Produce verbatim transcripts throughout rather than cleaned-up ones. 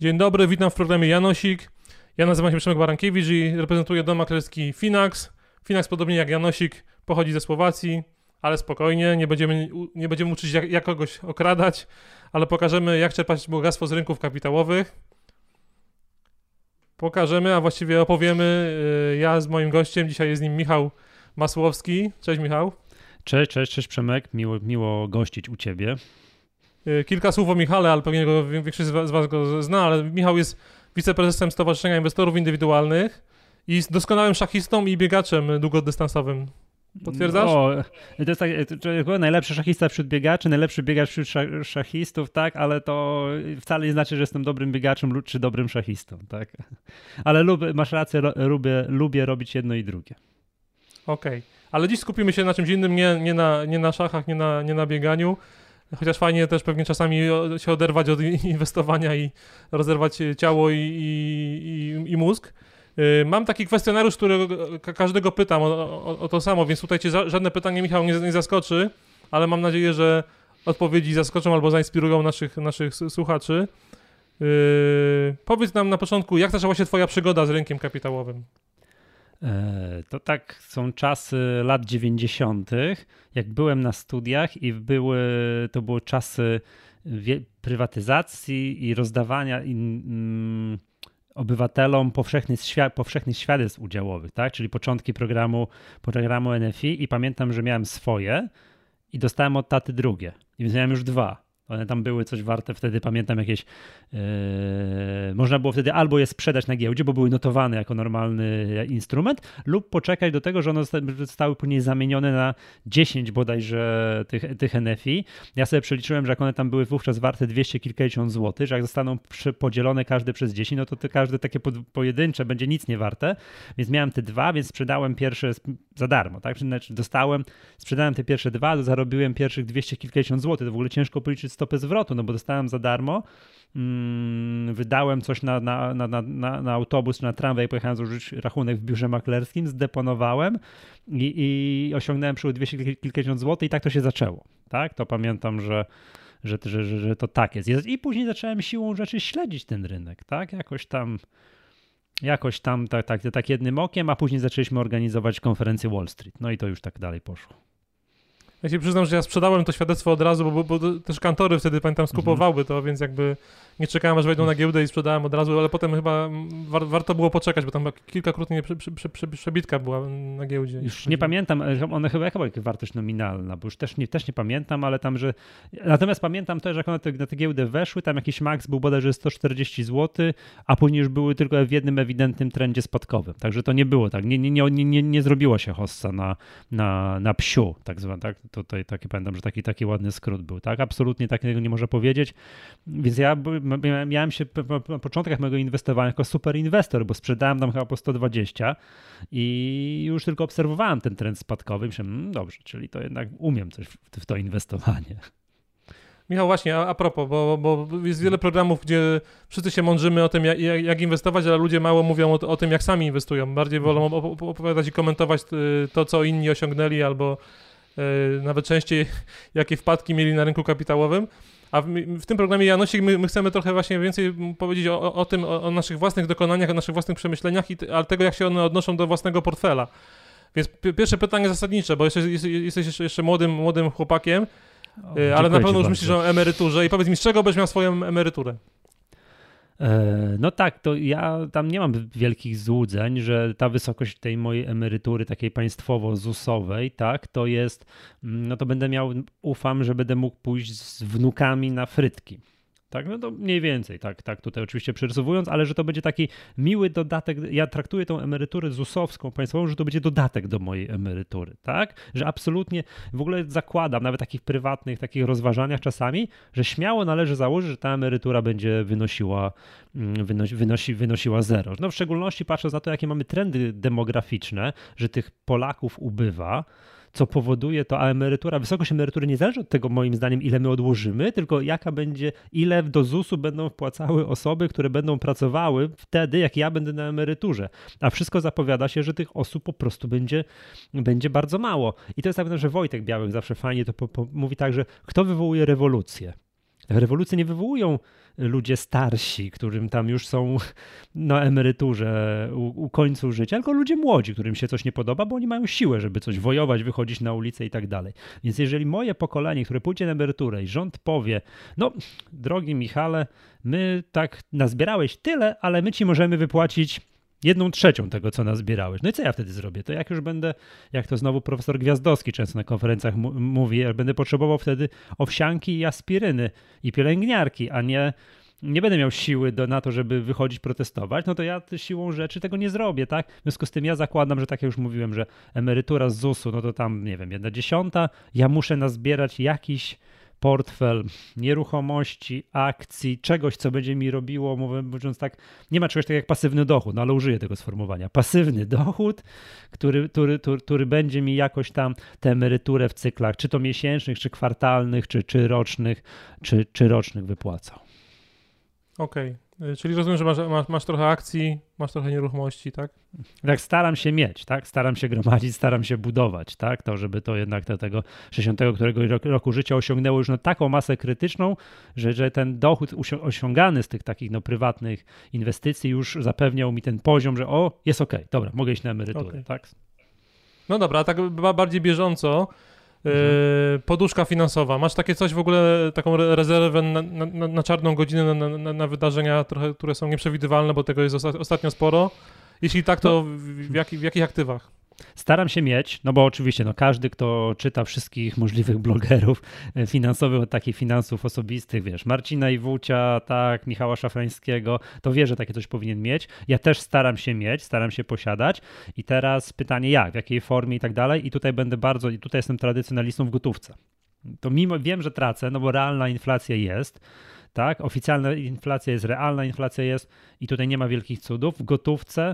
Dzień dobry, witam w programie Janosik. Ja nazywam się Przemek Barankiewicz i reprezentuję dom maklerski Finax. Finax, podobnie jak Janosik, pochodzi ze Słowacji, ale spokojnie, nie będziemy, nie będziemy uczyć jak, jak kogoś okradać, ale pokażemy, jak czerpać bogactwo z rynków kapitałowych. Pokażemy, a właściwie opowiemy ja z moim gościem. Dzisiaj jest nim Michał Masłowski. Cześć Michał. Cześć, cześć, cześć Przemek. Miło, miło gościć u Ciebie. Kilka słów o Michale, ale pewnie go, większość z was, z was go zna, ale Michał jest wiceprezesem Stowarzyszenia Inwestorów Indywidualnych i jest doskonałym szachistą i biegaczem długodystansowym. Potwierdzasz? O, to jest tak, to najlepszy szachista wśród biegaczy, najlepszy biegacz wśród szachistów, tak, ale to wcale nie znaczy, że jestem dobrym biegaczem czy dobrym szachistą, tak. Ale lubię, masz rację, lubię, lubię robić jedno i drugie. Okej, okay. Ale dziś skupimy się na czymś innym, nie, nie, na, nie na szachach, nie na, nie na bieganiu. Chociaż fajnie też pewnie czasami się oderwać od inwestowania i rozerwać ciało i, i, i, i mózg. Mam taki kwestionariusz, którego każdego pytam o, o, o to samo, więc tutaj cię żadne pytanie, Michał, nie, nie zaskoczy, ale mam nadzieję, że odpowiedzi zaskoczą albo zainspirują naszych, naszych słuchaczy. Yy, powiedz nam na początku, jak zaczęła się twoja przygoda z rynkiem kapitałowym? To tak są czasy lat dziewięćdziesiątych, jak byłem na studiach i były, to były czasy prywatyzacji i rozdawania in, mm, obywatelom powszechnych, świ- powszechnych świadectw udziałowych, tak? Czyli początki programu, programu N F I i pamiętam, że miałem swoje i dostałem od taty drugie, i więc miałem już dwa. One tam były coś warte, wtedy pamiętam jakieś, yy, można było wtedy albo je sprzedać na giełdzie, bo były notowane jako normalny instrument, lub poczekać do tego, że one zostały później zamienione na dziesięć bodajże tych, tych N F I. Ja sobie przeliczyłem, że jak one tam były wówczas warte dwieście kilkadziesiąt złotych, że jak zostaną przy, podzielone każde przez dziesięć, no to te każde takie po, pojedyncze będzie nic nie warte, więc miałem te dwa, więc sprzedałem pierwsze za darmo, tak? Znaczy dostałem, sprzedałem te pierwsze dwa, zarobiłem pierwszych dwieście kilkadziesiąt złotych, to w ogóle ciężko policzyć stopę zwrotu, no bo dostałem za darmo, hmm, wydałem coś na, na, na, na, na autobus czy na tramwaj, pojechałem złożyć rachunek w biurze maklerskim, zdeponowałem i, i osiągnąłem przychód dwieście kilkadziesiąt złotych i tak to się zaczęło, tak? To pamiętam, że, że, że, że, że to tak jest. I później zacząłem siłą rzeczy śledzić ten rynek, tak? Jakoś tam jakoś tam tak, tak, tak jednym okiem, a później zaczęliśmy organizować konferencję Wall Street, no i to już tak dalej poszło. Ja się przyznam, że ja sprzedałem to świadectwo od razu, bo, bo, bo też kantory wtedy, pamiętam, skupowały to, więc jakby nie czekałem, aż wejdą na giełdę i sprzedałem od razu, ale potem chyba war, warto było poczekać, bo tam kilkakrotnie prze, prze, prze, przebitka była na giełdzie. Już nie pamiętam, one chyba jaka była wartość nominalna, bo już też nie, też nie pamiętam, ale tam, że... Natomiast pamiętam też, jak one te, na tę giełdę weszły, tam jakiś maks był bodajże sto czterdzieści złotych, a później już były tylko w jednym ewidentnym trendzie spadkowym. Także to nie było tak, nie, nie, nie, nie, nie zrobiło się hossa na, na, na psiu, tak zwane, tak? Tutaj taki, pamiętam, że taki, taki ładny skrót był, tak? Absolutnie takiego nie można powiedzieć, więc ja miałem się na początkach mojego inwestowania jako super inwestor, bo sprzedałem tam chyba po sto dwadzieścia i już tylko obserwowałem ten trend spadkowy i myślałem, mmm, dobrze, czyli to jednak umiem coś w, w to inwestowanie. Michał, właśnie, a, a propos, bo, bo jest wiele programów, gdzie wszyscy się mądrzymy o tym, jak, jak inwestować, ale ludzie mało mówią o, o tym, jak sami inwestują. Bardziej wolą opowiadać i komentować to, co inni osiągnęli, albo Yy, nawet częściej jakie wpadki mieli na rynku kapitałowym, a w, w tym programie Janosik my, my chcemy trochę właśnie więcej powiedzieć o, o tym, o, o naszych własnych dokonaniach, o naszych własnych przemyśleniach, i ale tego, jak się one odnoszą do własnego portfela. Więc p- pierwsze pytanie zasadnicze, bo jesteś, jesteś jeszcze, jeszcze młodym, młodym chłopakiem, yy, ale na pewno już myślisz o emeryturze i powiedz mi, z czego byś miał swoją emeryturę? No tak, to ja tam nie mam wielkich złudzeń, że ta wysokość tej mojej emerytury takiej państwowo-zusowej, tak, to jest, no to będę miał, ufam, że będę mógł pójść z wnukami na frytki. Tak, no to mniej więcej, tak, tak, tutaj oczywiście przerysowując, ale że to będzie taki miły dodatek, ja traktuję tą emeryturę zusowską, państwową, że to będzie dodatek do mojej emerytury, tak, że absolutnie w ogóle zakładam, nawet w takich prywatnych, takich rozważaniach czasami, że śmiało należy założyć, że ta emerytura będzie wynosiła, wynosi, wynosi, wynosiła zero. No w szczególności patrząc na to, jakie mamy trendy demograficzne, że tych Polaków ubywa, co powoduje to, a emerytura, wysokość emerytury nie zależy od tego, moim zdaniem, ile my odłożymy, tylko jaka będzie, ile do zusu będą wpłacały osoby, które będą pracowały wtedy, jak ja będę na emeryturze. A wszystko zapowiada się, że tych osób po prostu będzie, będzie bardzo mało. I to jest tak, że Wojtek Białek zawsze fajnie to po, po, mówi tak, że kto wywołuje rewolucję? Rewolucje nie wywołują ludzie starsi, którym tam już są na emeryturze u, u końcu życia, tylko ludzie młodzi, którym się coś nie podoba, bo oni mają siłę, żeby coś wojować, wychodzić na ulicę i tak dalej. Więc jeżeli moje pokolenie, które pójdzie na emeryturę i rząd powie, no drogi Michale, my tak nazbierałeś tyle, ale my ci możemy wypłacić jedną trzecią tego, co nazbierałeś. No i co ja wtedy zrobię? To jak już będę, jak to znowu profesor Gwiazdowski często na konferencjach m- mówi, ja będę potrzebował wtedy owsianki i aspiryny i pielęgniarki, a nie nie będę miał siły do, na to, żeby wychodzić protestować, no to ja siłą rzeczy tego nie zrobię, tak? W związku z tym ja zakładam, że tak jak już mówiłem, że emerytura z zusu, no to tam, nie wiem, jedna dziesiąta, ja muszę nazbierać jakiś portfel nieruchomości, akcji, czegoś, co będzie mi robiło, mówiąc tak, nie ma czegoś takiego jak pasywny dochód, no ale użyję tego sformułowania. Pasywny dochód, który, który, który, który będzie mi jakoś tam tę emeryturę w cyklach, czy to miesięcznych, czy kwartalnych, czy, czy rocznych, czy, czy rocznych wypłacał. Okej, okay. Czyli rozumiem, że masz, masz, masz trochę akcji, masz trochę nieruchomości, tak? Tak, staram się mieć, tak? Staram się gromadzić, staram się budować, tak? To, żeby to jednak te, tego sześćdziesiątego któregoś roku, roku życia osiągnęło już no, taką masę krytyczną, że, że ten dochód osiągany z tych takich no, prywatnych inwestycji już zapewniał mi ten poziom, że o, jest okej, okay, dobra, mogę iść na emeryturę, okay. tak? No dobra, a tak bardziej bieżąco, Yy, poduszka finansowa. Masz takie coś w ogóle, taką rezerwę na, na, na czarną godzinę, na, na, na wydarzenia, trochę, które są nieprzewidywalne, bo tego jest osta- ostatnio sporo? Jeśli tak, to w, w, jak, w jakich aktywach? Staram się mieć, no bo oczywiście no każdy, kto czyta wszystkich możliwych blogerów finansowych od takich finansów osobistych, wiesz, Marcina Iwucia, tak, Michała Szafrańskiego, to wie, że takie coś powinien mieć. Ja też staram się mieć, staram się posiadać i teraz pytanie jak, w jakiej formie i tak dalej i tutaj będę bardzo, i tutaj jestem tradycjonalistą w gotówce. To mimo, wiem, że tracę, no bo realna inflacja jest, tak, oficjalna inflacja jest, realna inflacja jest i tutaj nie ma wielkich cudów. W gotówce,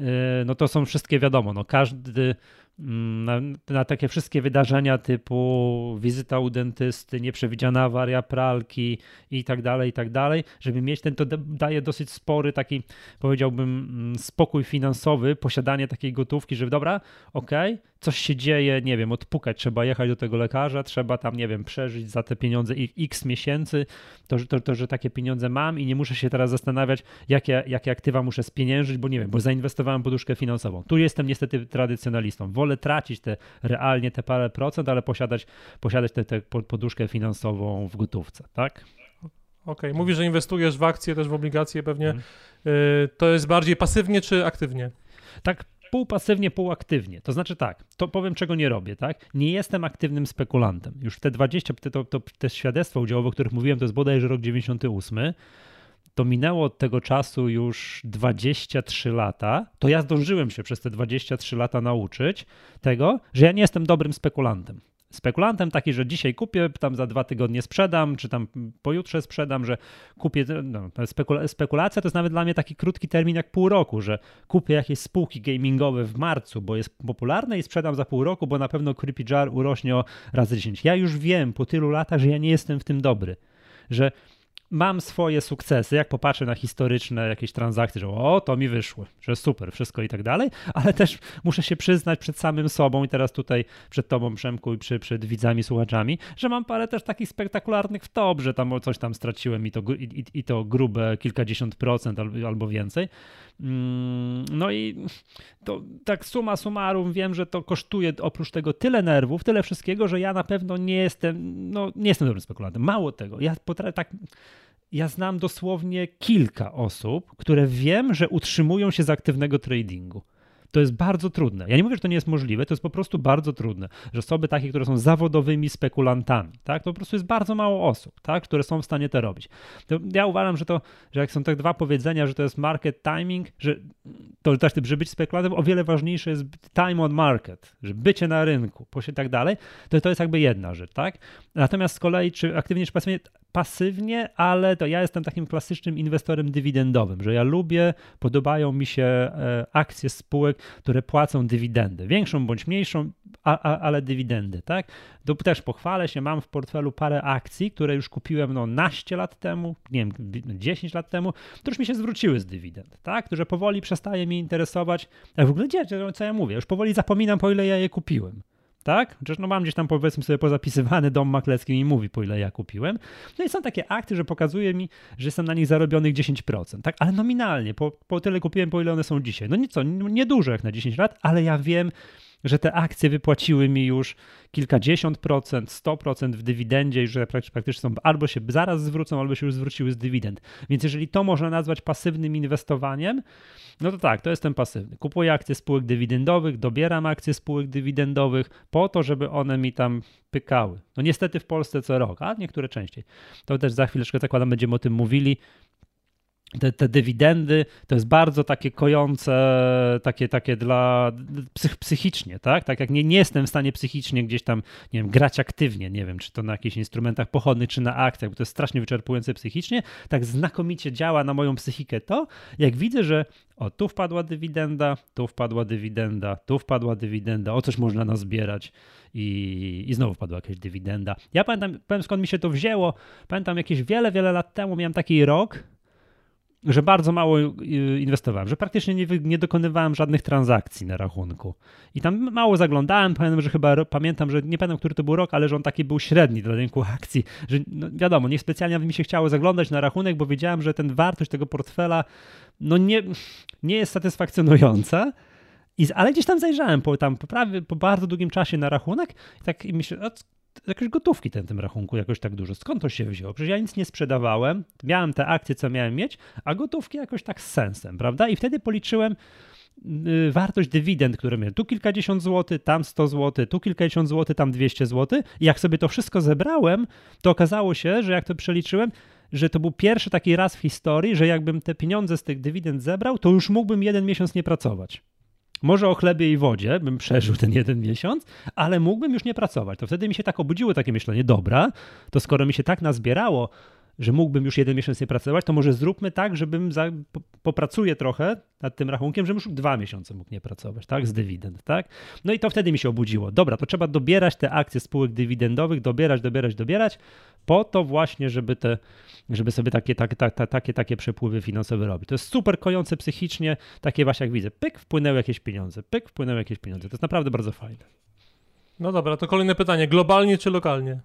no to są wszystkie wiadomo, no każdy na, na takie wszystkie wydarzenia typu wizyta u dentysty, nieprzewidziana awaria pralki i tak dalej, i tak dalej, żeby mieć ten, to daje dosyć spory taki, powiedziałbym, spokój finansowy, posiadanie takiej gotówki, że dobra, okej, okay, coś się dzieje, nie wiem, odpukać, trzeba jechać do tego lekarza, trzeba tam, nie wiem, przeżyć za te pieniądze x miesięcy, to, to, to że takie pieniądze mam i nie muszę się teraz zastanawiać, jakie, jakie aktywa muszę spieniężyć, bo nie wiem, bo zainwestowałem w poduszkę finansową. Tu jestem niestety tradycjonalistą. Wolę tracić te realnie te parę procent, ale posiadać, posiadać tę te, te poduszkę finansową w gotówce, tak? Okej, okay. Mówisz, że inwestujesz w akcje, też w obligacje pewnie. Hmm. Y, to jest bardziej pasywnie czy aktywnie? Tak, półpasywnie, półaktywnie. To znaczy tak, to powiem, czego nie robię, tak? Nie jestem aktywnym spekulantem. Już te dwadzieścia, te, to, to, te świadectwa udziałowe, o których mówiłem, to jest bodajże rok dziewięćdziesiąty ósmy. To minęło od tego czasu już dwadzieścia trzy lata, to ja zdążyłem się przez te dwadzieścia trzy lata nauczyć tego, że ja nie jestem dobrym spekulantem. Spekulantem taki, że dzisiaj kupię, tam za dwa tygodnie sprzedam, czy tam pojutrze sprzedam, że kupię, no, spekula- spekulacja to jest nawet dla mnie taki krótki termin jak pół roku, że kupię jakieś spółki gamingowe w marcu, bo jest popularne i sprzedam za pół roku, bo na pewno Creepy Jar urośnie o razy dziesięć. Ja już wiem po tylu latach, że ja nie jestem w tym dobry, że mam swoje sukcesy, jak popatrzę na historyczne jakieś transakcje, że o, to mi wyszło, że super, wszystko i tak dalej, ale też muszę się przyznać przed samym sobą i teraz tutaj przed tobą, Przemku, i przy, przed widzami, słuchaczami, że mam parę też takich spektakularnych wtop, że tam coś tam straciłem i to, i, i to grube kilkadziesiąt procent albo, albo więcej. No i to tak summa summarum wiem, że to kosztuje oprócz tego tyle nerwów, tyle wszystkiego, że ja na pewno nie jestem, no nie jestem dobrym spekulantem. Mało tego, ja potrafię tak... Ja znam dosłownie kilka osób, które wiem, że utrzymują się z aktywnego tradingu. To jest bardzo trudne. Ja nie mówię, że to nie jest możliwe, to jest po prostu bardzo trudne, że osoby takie, które są zawodowymi spekulantami, tak, to po prostu jest bardzo mało osób, tak, które są w stanie to robić. To ja uważam, że to, że jak są te dwa powiedzenia, że to jest market timing, że to też, żeby być spekulantem, o wiele ważniejsze jest time on market, że bycie na rynku, i tak dalej, to to jest jakby jedna rzecz, tak. Natomiast z kolei, czy aktywnie, czy pasywnie, pasywnie, ale to ja jestem takim klasycznym inwestorem dywidendowym, że ja lubię, podobają mi się e, akcje spółek, które płacą dywidendę, większą bądź mniejszą, a, a, ale dywidendy, tak? To też pochwalę się, mam w portfelu parę akcji, które już kupiłem no naście lat temu, nie wiem, dziesięć lat temu, które już mi się zwróciły z dywidend, tak? Które powoli przestaje mnie interesować, a w ogóle gdzie, co ja mówię, już powoli zapominam, po ile ja je kupiłem. tak? Chociaż no mam gdzieś tam powiedzmy sobie pozapisywany dom maklerski mi mówi, po ile ja kupiłem. No i są takie akty, że pokazuje mi, że jestem na nich zarobionych dziesięć procent, tak? Ale nominalnie, po, po tyle kupiłem, po ile one są dzisiaj. No nic, niedużo jak na dziesięć lat, ale ja wiem, że te akcje wypłaciły mi już kilkadziesiąt procent, sto procent w dywidendzie i że praktycznie są albo się zaraz zwrócą, albo się już zwróciły z dywidend. Więc jeżeli to można nazwać pasywnym inwestowaniem, no to tak, to jestem pasywny. Kupuję akcje spółek dywidendowych, dobieram akcje spółek dywidendowych po to, żeby one mi tam pykały. No niestety w Polsce co rok, a niektóre częściej. To też za chwileczkę zakładam, będziemy o tym mówili. Te, te dywidendy to jest bardzo takie kojące, takie, takie dla psych, psychicznie, tak? Tak jak nie, nie jestem w stanie psychicznie gdzieś tam, nie wiem, grać aktywnie, nie wiem, czy to na jakichś instrumentach pochodnych, czy na akcjach, bo to jest strasznie wyczerpujące psychicznie, tak znakomicie działa na moją psychikę to, jak widzę, że o, tu wpadła dywidenda, tu wpadła dywidenda, tu wpadła dywidenda, o coś można nazbierać i, i znowu wpadła jakaś dywidenda. Ja pamiętam, powiem skąd mi się to wzięło, pamiętam jakieś wiele, wiele lat temu miałem taki rok, że bardzo mało inwestowałem, że praktycznie nie, nie dokonywałem żadnych transakcji na rachunku. I tam mało zaglądałem, pamiętam, że chyba, pamiętam, że nie pamiętam, który to był rok, ale że on taki był średni dla rynku akcji, że no wiadomo, nie specjalnie mi się chciało zaglądać na rachunek, bo wiedziałem, że ten wartość tego portfela no nie, nie jest satysfakcjonująca. I, ale gdzieś tam zajrzałem po, tam, po, prawie, po bardzo długim czasie na rachunek i tak i myślę, a jakieś gotówki ten tym rachunku jakoś tak dużo. Skąd to się wzięło? Przecież ja nic nie sprzedawałem, miałem te akcje, co miałem mieć, a gotówki jakoś tak z sensem, prawda? I wtedy policzyłem yy, wartość dywidend, które miałem. Tu kilkadziesiąt złotych, tam sto złotych, tu kilkadziesiąt złotych, tam dwieście złotych. I jak sobie to wszystko zebrałem, to okazało się, że jak to przeliczyłem, że to był pierwszy taki raz w historii, że jakbym te pieniądze z tych dywidend zebrał, to już mógłbym jeden miesiąc nie pracować. Może o chlebie i wodzie bym przeżył ten jeden miesiąc, ale mógłbym już nie pracować. To wtedy mi się tak obudziło takie myślenie, dobra, to skoro mi się tak nazbierało, że mógłbym już jeden miesiąc nie pracować, to może zróbmy tak, żebym za, po, popracuję trochę nad tym rachunkiem, żebym już dwa miesiące mógł nie pracować, tak, z dywidend, tak? No i to wtedy mi się obudziło. Dobra, to trzeba dobierać te akcje spółek dywidendowych, dobierać, dobierać, dobierać, po to właśnie, żeby te, żeby sobie takie, tak, tak, tak, takie, takie przepływy finansowe robić. To jest super kojące psychicznie, takie właśnie jak widzę, pyk, wpłynęły jakieś pieniądze, pyk, wpłynęły jakieś pieniądze. To jest naprawdę bardzo fajne. No dobra, to kolejne pytanie, globalnie czy lokalnie?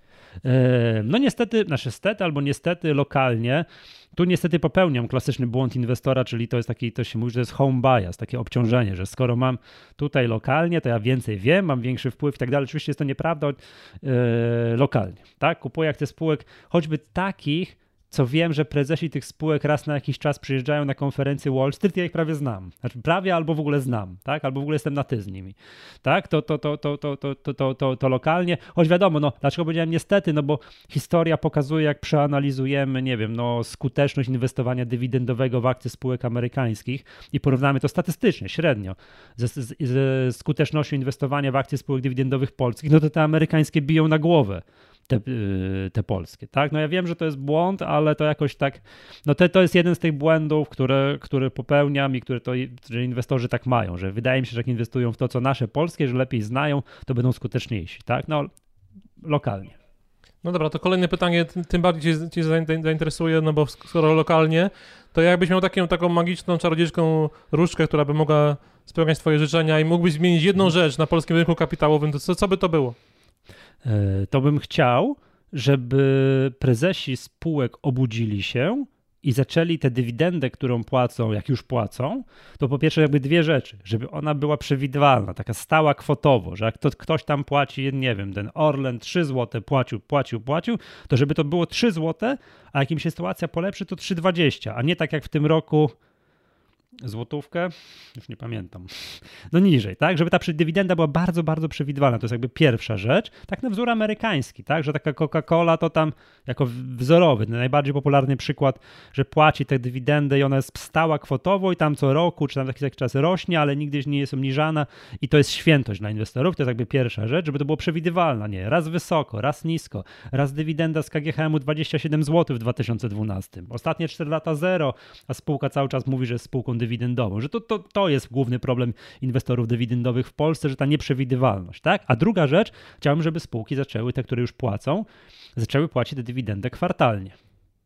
No niestety, znaczy stety albo niestety lokalnie, tu niestety popełniam klasyczny błąd inwestora, czyli to jest taki, to się mówi, że to jest home bias, takie obciążenie, że skoro mam tutaj lokalnie, to ja więcej wiem, mam większy wpływ i tak dalej. Oczywiście jest to nieprawda, yy, lokalnie, tak? Kupuję akcje spółek, choćby takich, co wiem, że prezesi tych spółek raz na jakiś czas przyjeżdżają na konferencję Wall Street, ja ich prawie znam. Znaczy prawie albo w ogóle znam, tak? Albo w ogóle jestem na ty z nimi. Tak? To, to, to, to, to, to, to, to, to, to lokalnie. Choć wiadomo, no dlaczego powiedziałem niestety, no bo historia pokazuje, jak przeanalizujemy, nie wiem, no skuteczność inwestowania dywidendowego w akcje spółek amerykańskich i porównamy to statystycznie, średnio, ze, ze, ze skutecznością inwestowania w akcje spółek dywidendowych polskich, no to te amerykańskie biją na głowę. Te, te polskie, tak? No ja wiem, że to jest błąd, ale to jakoś tak, no to, to jest jeden z tych błędów, które, które popełniam i które to, że inwestorzy tak mają, że wydaje mi się, że jak inwestują w to, co nasze polskie, że lepiej znają, to będą skuteczniejsi, tak? No lokalnie. No dobra, to kolejne pytanie tym bardziej cię, cię zainteresuje, no bo skoro lokalnie, to jakbyś miał taką, taką magiczną, czarodziejską różdżkę, która by mogła spełniać twoje życzenia i mógłbyś zmienić jedną rzecz na polskim rynku kapitałowym, to co, co by to było? To bym chciał, żeby prezesi spółek obudzili się i zaczęli tę dywidendę, którą płacą, jak już płacą, to po pierwsze jakby dwie rzeczy, żeby ona była przewidywalna, taka stała kwotowo, że jak to ktoś tam płaci, nie wiem, ten Orlen trzy złote płacił, płacił, płacił, to żeby to było trzy złote, a jak im się sytuacja polepszy, to trzy dwadzieścia, a nie tak jak w tym roku złotówkę, już nie pamiętam, no niżej, tak, żeby ta dywidenda była bardzo, bardzo przewidywalna, to jest jakby pierwsza rzecz, tak na wzór amerykański, tak, że taka Coca-Cola to tam jako wzorowy, najbardziej popularny przykład, że płaci tę dywidendę i ona jest stała kwotowo i tam co roku, czy tam taki, taki czas rośnie, ale nigdy nie jest obniżana i to jest świętość dla inwestorów, to jest jakby pierwsza rzecz, żeby to było przewidywalne, nie, raz wysoko, raz nisko, raz dywidenda z K G H M-u dwadzieścia siedem złotych w dwa tysiące dwunastym, ostatnie cztery lata zero, a spółka cały czas mówi, że jest spółką dywidendową, dywidendową, że to, to, to jest główny problem inwestorów dywidendowych w Polsce, że ta nieprzewidywalność, tak? A druga rzecz, chciałbym, żeby spółki zaczęły, te, które już płacą, zaczęły płacić tę dywidendę kwartalnie.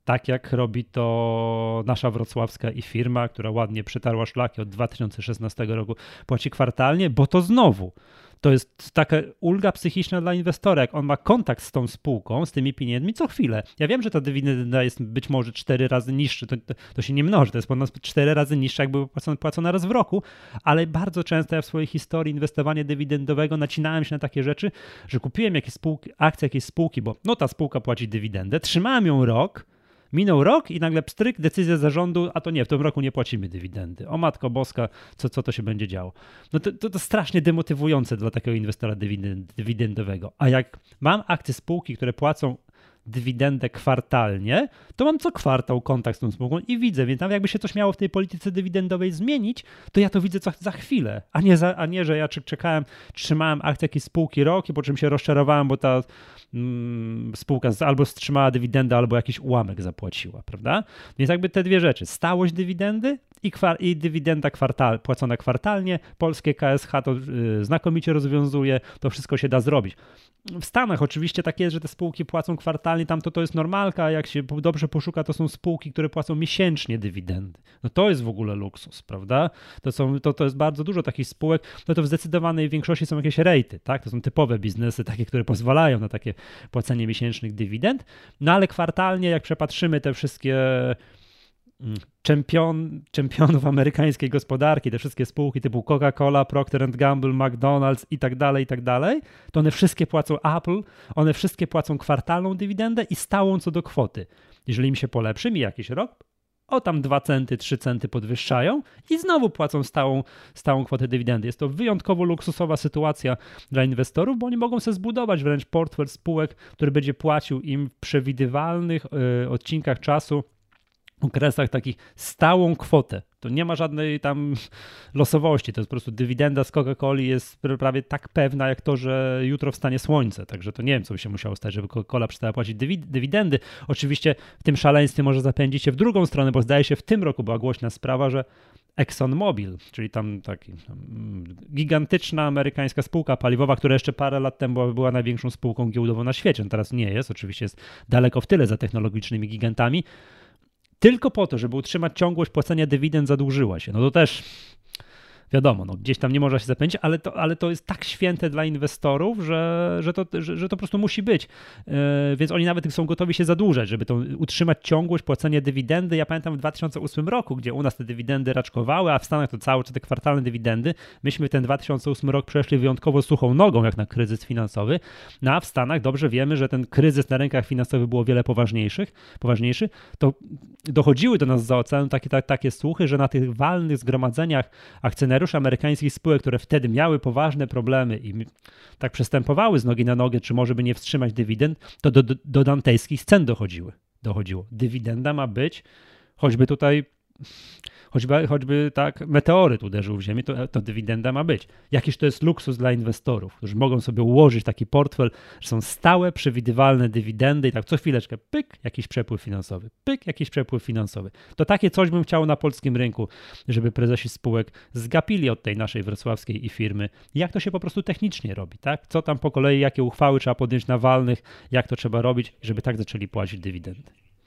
tak jak robi to nasza wrocławska i firma, która ładnie przetarła szlaki od dwa tysiące szesnastego roku, płaci kwartalnie, bo to znowu to jest taka ulga psychiczna dla inwestora, jak on ma kontakt z tą spółką, z tymi pieniędzmi co chwilę. Ja wiem, że ta dywidenda jest być może cztery razy niższa, to, to, to się nie mnoży, to jest ponad cztery razy niższa, jakby płacona, płacona raz w roku, ale bardzo często ja w swojej historii inwestowania dywidendowego nacinałem się na takie rzeczy, że kupiłem jakieś spółki, akcje jakiejś spółki, bo no ta spółka płaci dywidendę, trzymałem ją rok, minął rok i nagle pstryk, decyzja zarządu, a to nie, w tym roku nie płacimy dywidendy. O matko boska, co, co to się będzie działo? No to, to, to strasznie demotywujące dla takiego inwestora dywidend, dywidendowego. A jak mam akcje spółki, które płacą dywidendę kwartalnie, to mam co kwartał kontakt z tą spółką i widzę, więc nawet jakby się coś miało w tej polityce dywidendowej zmienić, to ja to widzę co, za chwilę, a nie, za, a nie, że ja czekałem, trzymałem akcję jakiejś spółki rok i po czym się rozczarowałem, bo ta mm, spółka albo wstrzymała dywidendę, albo jakiś ułamek zapłaciła, prawda? Więc jakby te dwie rzeczy, stałość dywidendy i, kwar- i dywidenda kwartal, płacona kwartalnie, polskie K S H to yy, znakomicie rozwiązuje, to wszystko się da zrobić. W Stanach oczywiście tak jest, że te spółki płacą kwartalnie, tam to, to jest normalka, a jak się dobrze poszuka, to są spółki, które płacą miesięcznie dywidendy. No to jest w ogóle luksus, prawda? To, są, to, to jest bardzo dużo takich spółek, no to w zdecydowanej większości są jakieś rejty, tak? To są typowe biznesy, takie, które pozwalają na takie płacenie miesięcznych dywidend, no ale kwartalnie, jak przepatrzymy te wszystkie Czempion, czempionów amerykańskiej gospodarki, te wszystkie spółki typu Coca-Cola, Procter and Gamble, McDonald's i tak dalej, i tak dalej, to one wszystkie płacą Apple, one wszystkie płacą kwartalną dywidendę i stałą co do kwoty. Jeżeli im się polepszy, mi jakiś rok, o tam dwa centy, trzy centy podwyższają i znowu płacą stałą, stałą kwotę dywidendy. Jest to wyjątkowo luksusowa sytuacja dla inwestorów, bo oni mogą sobie zbudować wręcz portfel spółek, który będzie płacił im w przewidywalnych yy, odcinkach czasu, okresach takich stałą kwotę. To nie ma żadnej tam losowości, to jest po prostu dywidenda z Coca-Coli jest prawie tak pewna jak to, że jutro wstanie słońce, także to nie wiem, co by się musiało stać, żeby Coca-Cola przestała płacić dywidendy. Oczywiście w tym szaleństwie może zapędzić się w drugą stronę, bo zdaje się w tym roku była głośna sprawa, że ExxonMobil, czyli tam taki tam, gigantyczna amerykańska spółka paliwowa, która jeszcze parę lat temu była, była największą spółką giełdową na świecie, no teraz nie jest, oczywiście jest daleko w tyle za technologicznymi gigantami, tylko po to, żeby utrzymać ciągłość płacenia dywidend, zadłużyła się. No to też wiadomo, no gdzieś tam nie można się zapędzić, ale to, ale to jest tak święte dla inwestorów, że, że, to, że, że to po prostu musi być. Yy, więc oni nawet są gotowi się zadłużać, żeby to utrzymać ciągłość płacenia dywidendy. Ja pamiętam w dwa tysiące ósmym roku, gdzie u nas te dywidendy raczkowały, a w Stanach to całe te kwartalne dywidendy. Myśmy ten dwa tysiące ósmy rok przeszli wyjątkowo suchą nogą, jak na kryzys finansowy. No a w Stanach dobrze wiemy, że ten kryzys na rynkach finansowych był o wiele poważniejszych, poważniejszy. To dochodziły do nas za oceanu takie, tak, takie słuchy, że na tych walnych zgromadzeniach akcjonariuszy amerykańskich spółek, które wtedy miały poważne problemy i tak przestępowały z nogi na nogę, czy może by nie wstrzymać dywidend, to do, do, do dantejskich scen dochodziły. dochodziło. Dywidenda ma być, choćby tutaj Choćby, choćby tak meteoryt uderzył w ziemię, to, to dywidenda ma być. Jakiż to jest luksus dla inwestorów, którzy mogą sobie ułożyć taki portfel, że są stałe, przewidywalne dywidendy i tak co chwileczkę, pyk, jakiś przepływ finansowy, pyk, jakiś przepływ finansowy. To takie coś bym chciał na polskim rynku, żeby prezesi spółek zgapili od tej naszej wrocławskiej i firmy, jak to się po prostu technicznie robi, tak? Co tam po kolei, jakie uchwały trzeba podjąć na walnych, jak to trzeba robić, żeby tak zaczęli płacić dywidendy.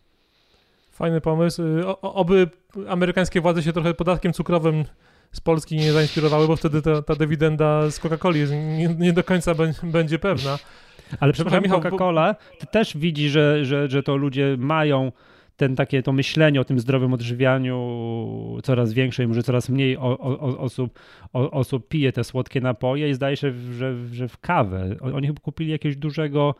Fajny pomysł. O, oby amerykańskie władze się trochę podatkiem cukrowym z Polski nie zainspirowały, bo wtedy ta, ta dywidenda z Coca-Coli nie, nie do końca b- będzie pewna. Ale przepraszam, Michał, Coca-Cola, ty też widzi, że, że, że to ludzie mają ten takie to myślenie o tym zdrowym odżywianiu coraz większe i może coraz mniej o, o, osób, o, osób pije te słodkie napoje i zdaje się, że, że w kawę. Oni chyba kupili jakiegoś dużego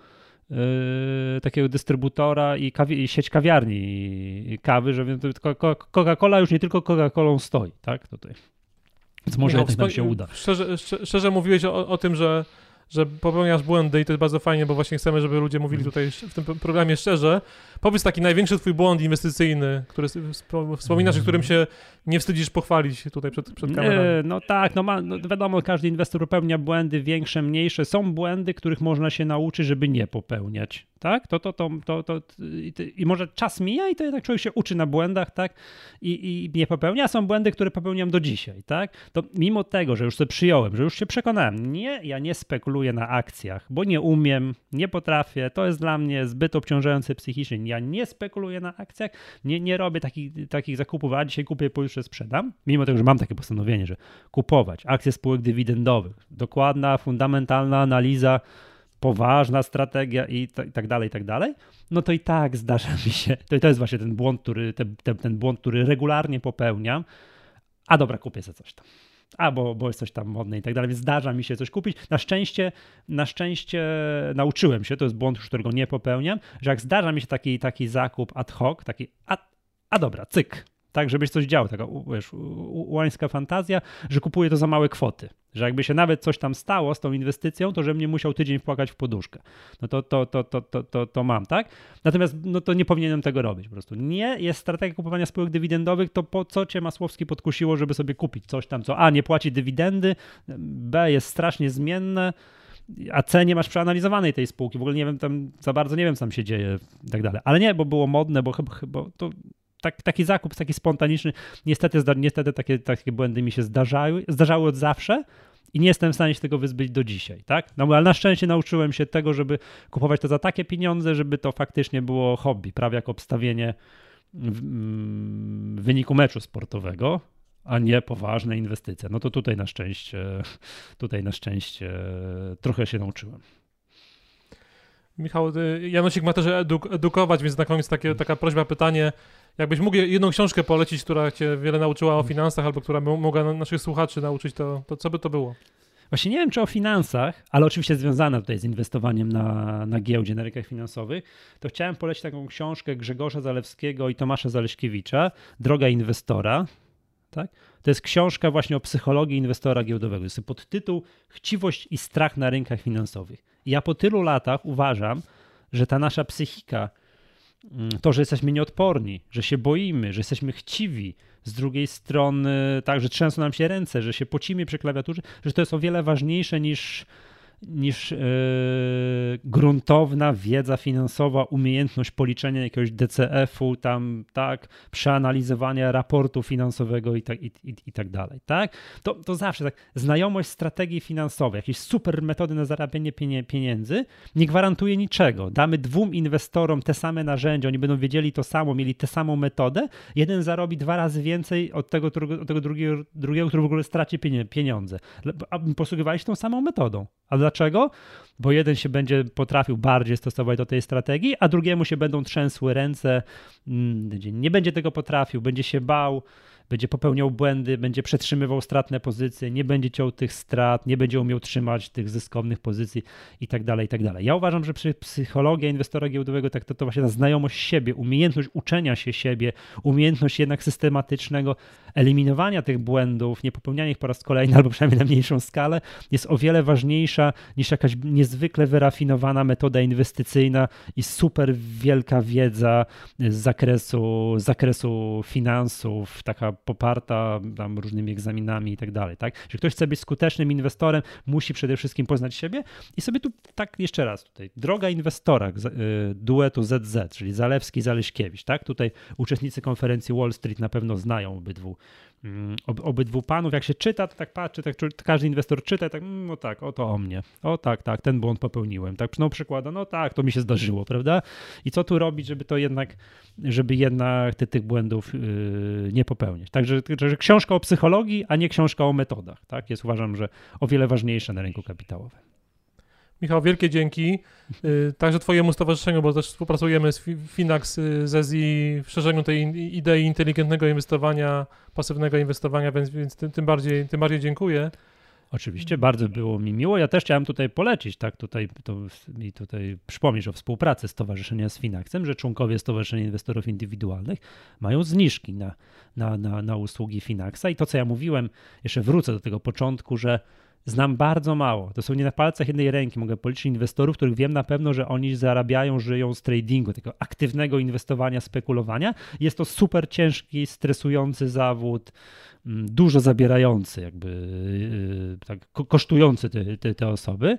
Yy, takiego dystrybutora i, kawi- i sieć kawiarni kawy, że Coca-Cola już nie tylko Coca-Colą stoi, tak, tutaj. Więc może jednak nam się uda. Szczerze, szczerze, szczerze mówiłeś o, o tym, że że popełniasz błędy i to jest bardzo fajnie, bo właśnie chcemy, żeby ludzie mówili tutaj w tym programie szczerze. Powiedz taki największy twój błąd inwestycyjny, który wspominasz i którym się nie wstydzisz pochwalić tutaj przed, przed kamerami. No tak, no, ma, no wiadomo, każdy inwestor popełnia błędy większe, mniejsze. Są błędy, których można się nauczyć, żeby nie popełniać. Tak? To, to, to, to, to, i, i może czas mija i to jednak człowiek się uczy na błędach, tak? I, i nie popełnia. A są błędy, które popełniam do dzisiaj, tak? To mimo tego, że już sobie przyjąłem, że już się przekonałem, nie, ja nie spekuluję spekuluję na akcjach, bo nie umiem, nie potrafię, to jest dla mnie zbyt obciążające psychicznie. Ja nie spekuluję na akcjach, nie, nie robię takich, takich zakupów, a dzisiaj kupię, pojutrze sprzedam, mimo tego, że mam takie postanowienie, że kupować akcje spółek dywidendowych, dokładna, fundamentalna analiza, poważna strategia i, t- i tak dalej, i tak dalej, no to i tak zdarza mi się, to, to jest właśnie ten błąd, który, ten, ten, ten błąd, który regularnie popełniam, a dobra, kupię sobie coś tam. A, bo, bo jest coś tam modne i tak dalej, więc zdarza mi się coś kupić. Na szczęście, na szczęście nauczyłem się, to jest błąd, którego nie popełniam, że jak zdarza mi się taki, taki zakup ad hoc, taki, a, a dobra, cyk, tak, żebyś coś działo, taka, wiesz, ułańska fantazja, że kupuję to za małe kwoty, że jakby się nawet coś tam stało z tą inwestycją, to żebym nie musiał tydzień wpłakać w poduszkę. No to, to, to, to, to, to, to mam, tak? Natomiast no to nie powinienem tego robić po prostu. Nie jest strategia kupowania spółek dywidendowych, to po co cię Masłowski podkusiło, żeby sobie kupić coś tam, co A, nie płaci dywidendy, B, jest strasznie zmienne, a C, nie masz przeanalizowanej tej spółki, w ogóle nie wiem tam, za bardzo nie wiem, co tam się dzieje i tak dalej. Ale nie, bo było modne, bo chyba, chyba to... Tak, taki zakup, taki spontaniczny, niestety, niestety takie, takie błędy mi się zdarzały, zdarzały od zawsze i nie jestem w stanie się tego wyzbyć do dzisiaj, tak? No ale na szczęście nauczyłem się tego, żeby kupować to za takie pieniądze, żeby to faktycznie było hobby, prawie jak obstawienie w, mm, wyniku meczu sportowego, a nie poważne inwestycje. No to tutaj na szczęście, tutaj na szczęście trochę się nauczyłem. Michał, Janosik ma też eduk- edukować, więc na koniec takie, taka prośba, pytanie. Jakbyś mógł jedną książkę polecić, która cię wiele nauczyła o finansach, albo która mogła naszych słuchaczy nauczyć, to, to co by to było? Właśnie nie wiem, czy o finansach, ale oczywiście związane tutaj z inwestowaniem na, na giełdzie, na rynkach finansowych, to chciałem polecić taką książkę Grzegorza Zalewskiego i Tomasza Zaleśkiewicza, Droga inwestora. Tak? To jest książka właśnie o psychologii inwestora giełdowego. Jest podtytuł Chciwość i strach na rynkach finansowych. I ja po tylu latach uważam, że ta nasza psychika, to, że jesteśmy nieodporni, że się boimy, że jesteśmy chciwi, z drugiej strony tak, że trzęsą nam się ręce, że się pocimy przy klawiaturze, że to jest o wiele ważniejsze niż, niż yy, gruntowna wiedza finansowa, umiejętność policzenia jakiegoś D C F-u, tam, tak, przeanalizowania raportu finansowego i tak, i, i, i tak dalej, tak? To, to zawsze tak, znajomość strategii finansowej, jakieś super metody na zarabianie pienie, pieniędzy nie gwarantuje niczego. Damy dwóm inwestorom te same narzędzia, oni będą wiedzieli to samo, mieli tę samą metodę, jeden zarobi dwa razy więcej od tego, od tego drugiego, drugiego, który w ogóle straci pieniądze. A posługiwali się tą samą metodą. A dlaczego? Bo jeden się będzie potrafił bardziej stosować do tej strategii, a drugiemu się będą trzęsły ręce, nie będzie tego potrafił, będzie się bał, będzie popełniał błędy, będzie przetrzymywał stratne pozycje, nie będzie ciął tych strat, nie będzie umiał trzymać tych zyskownych pozycji i tak dalej, i tak dalej. Ja uważam, że psychologia inwestora giełdowego tak to, to właśnie ta znajomość siebie, umiejętność uczenia się siebie, umiejętność jednak systematycznego eliminowania tych błędów, nie popełniania ich po raz kolejny albo przynajmniej na mniejszą skalę jest o wiele ważniejsza niż jakaś niezwykle wyrafinowana metoda inwestycyjna i super wielka wiedza z zakresu, z zakresu finansów, taka poparta tam różnymi egzaminami i tak dalej, tak? Że ktoś chce być skutecznym inwestorem, musi przede wszystkim poznać siebie i sobie tu tak jeszcze raz tutaj, droga inwestora duetu Z Z, czyli Zalewski, Zaleśkiewicz, tak? Tutaj uczestnicy konferencji Wall Street na pewno znają obydwu, ob, obydwu panów. Jak się czyta, to tak patrzy, tak każdy inwestor czyta, tak, no tak, o to o mnie, o tak, tak, ten błąd popełniłem, tak, no przykłada, no tak, to mi się zdarzyło, prawda? I co tu robić, żeby to jednak, żeby jednak ty, tych błędów yy, nie popełniać. Także, także książka o psychologii, a nie książka o metodach, tak? Jest uważam, że o wiele ważniejsza na rynku kapitałowym. Michał, wielkie dzięki. Także twojemu stowarzyszeniu, bo też współpracujemy z Finax z E Z I w szerzeniu tej idei inteligentnego inwestowania, pasywnego inwestowania, więc, więc tym, tym, bardziej, tym bardziej dziękuję. Oczywiście, bardzo było mi miło. Ja też chciałem tutaj polecić, tak, tutaj, to, i tutaj przypomnieć o współpracy stowarzyszenia z Finaxem, że członkowie Stowarzyszenia Inwestorów Indywidualnych mają zniżki na, na, na, na usługi Finaxa i to, co ja mówiłem, jeszcze wrócę do tego początku, że znam bardzo mało, dosłownie na palcach jednej ręki mogę policzyć inwestorów, których wiem na pewno, że oni zarabiają, żyją z tradingu, takiego aktywnego inwestowania, spekulowania. Jest to super ciężki, stresujący zawód, dużo zabierający, jakby tak, kosztujący te, te, te osoby.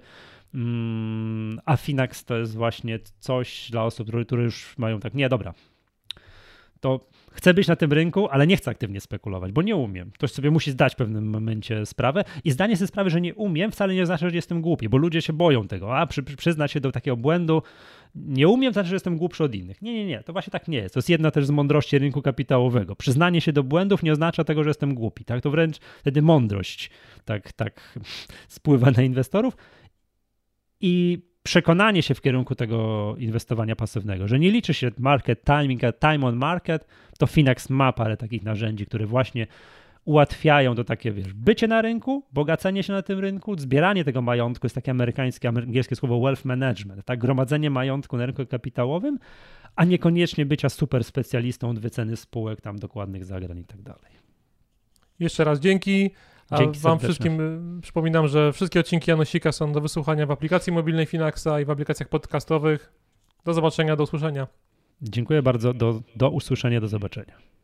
A Finax to jest właśnie coś dla osób, które, które już mają tak, nie, dobra, to chcę być na tym rynku, ale nie chcę aktywnie spekulować, bo nie umiem. Ktoś sobie musi zdać w pewnym momencie sprawę i zdanie sobie sprawy, że nie umiem, wcale nie oznacza, że jestem głupi, bo ludzie się boją tego, a przy, przyznać się do takiego błędu, nie umiem, to znaczy, że jestem głupszy od innych. Nie, nie, nie, to właśnie tak nie jest. To jest jedna też z mądrości rynku kapitałowego. Przyznanie się do błędów nie oznacza tego, że jestem głupi, tak? To wręcz wtedy mądrość tak, tak spływa na inwestorów i przekonanie się w kierunku tego inwestowania pasywnego, że nie liczy się market timing, a time on market, to Finax ma parę takich narzędzi, które właśnie ułatwiają to takie, wiesz, bycie na rynku, bogacenie się na tym rynku, zbieranie tego majątku, jest takie amerykańskie, angielskie słowo wealth management, tak, gromadzenie majątku na rynku kapitałowym, a niekoniecznie bycia super specjalistą od wyceny spółek tam dokładnych zagrań i tak dalej. Jeszcze raz dzięki. A Dzięki wam serdecznie. wszystkim przypominam, że wszystkie odcinki Janosika są do wysłuchania w aplikacji mobilnej Finaxa i w aplikacjach podcastowych. Do zobaczenia, do usłyszenia. Dziękuję bardzo, do, do usłyszenia, do zobaczenia.